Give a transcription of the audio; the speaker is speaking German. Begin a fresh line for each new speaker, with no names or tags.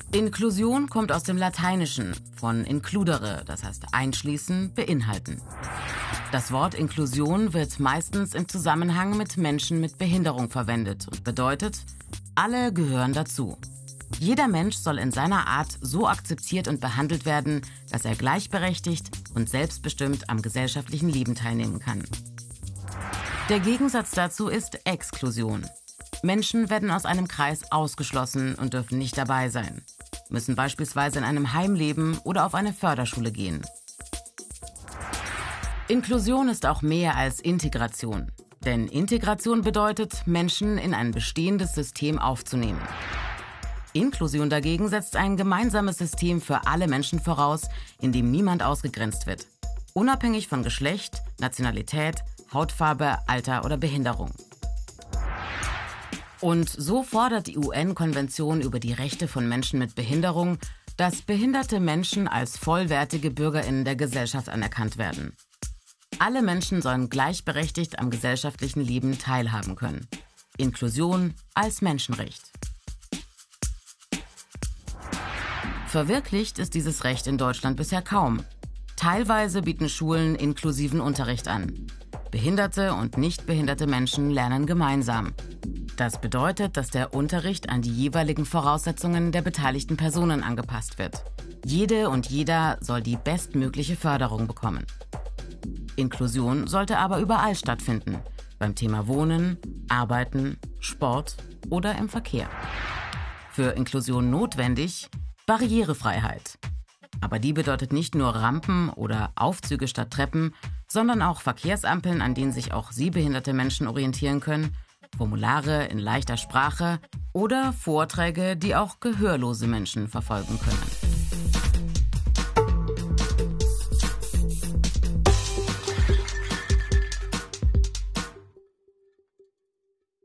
Inklusion kommt aus dem Lateinischen, von includere, das heißt einschließen, beinhalten. Das Wort Inklusion wird meistens im Zusammenhang mit Menschen mit Behinderung verwendet und bedeutet, alle gehören dazu. Jeder Mensch soll in seiner Art so akzeptiert und behandelt werden, dass er gleichberechtigt und selbstbestimmt am gesellschaftlichen Leben teilnehmen kann. Der Gegensatz dazu ist Exklusion. Menschen werden aus einem Kreis ausgeschlossen und dürfen nicht dabei sein, müssen beispielsweise in einem Heim leben oder auf eine Förderschule gehen. Inklusion ist auch mehr als Integration. Denn Integration bedeutet, Menschen in ein bestehendes System aufzunehmen. Inklusion dagegen setzt ein gemeinsames System für alle Menschen voraus, in dem niemand ausgegrenzt wird. Unabhängig von Geschlecht, Nationalität, Hautfarbe, Alter oder Behinderung. Und so fordert die UN-Konvention über die Rechte von Menschen mit Behinderung, dass behinderte Menschen als vollwertige BürgerInnen der Gesellschaft anerkannt werden. Alle Menschen sollen gleichberechtigt am gesellschaftlichen Leben teilhaben können. Inklusion als Menschenrecht. Verwirklicht ist dieses Recht in Deutschland bisher kaum. Teilweise bieten Schulen inklusiven Unterricht an. Behinderte und nicht behinderte Menschen lernen gemeinsam. Das bedeutet, dass der Unterricht an die jeweiligen Voraussetzungen der beteiligten Personen angepasst wird. Jede und jeder soll die bestmögliche Förderung bekommen. Inklusion sollte aber überall stattfinden. Beim Thema Wohnen, Arbeiten, Sport oder im Verkehr. Für Inklusion notwendig Barrierefreiheit. Aber die bedeutet nicht nur Rampen oder Aufzüge statt Treppen, sondern auch Verkehrsampeln, an denen sich auch sehbehinderte Menschen orientieren können, Formulare in leichter Sprache oder Vorträge, die auch gehörlose Menschen verfolgen können.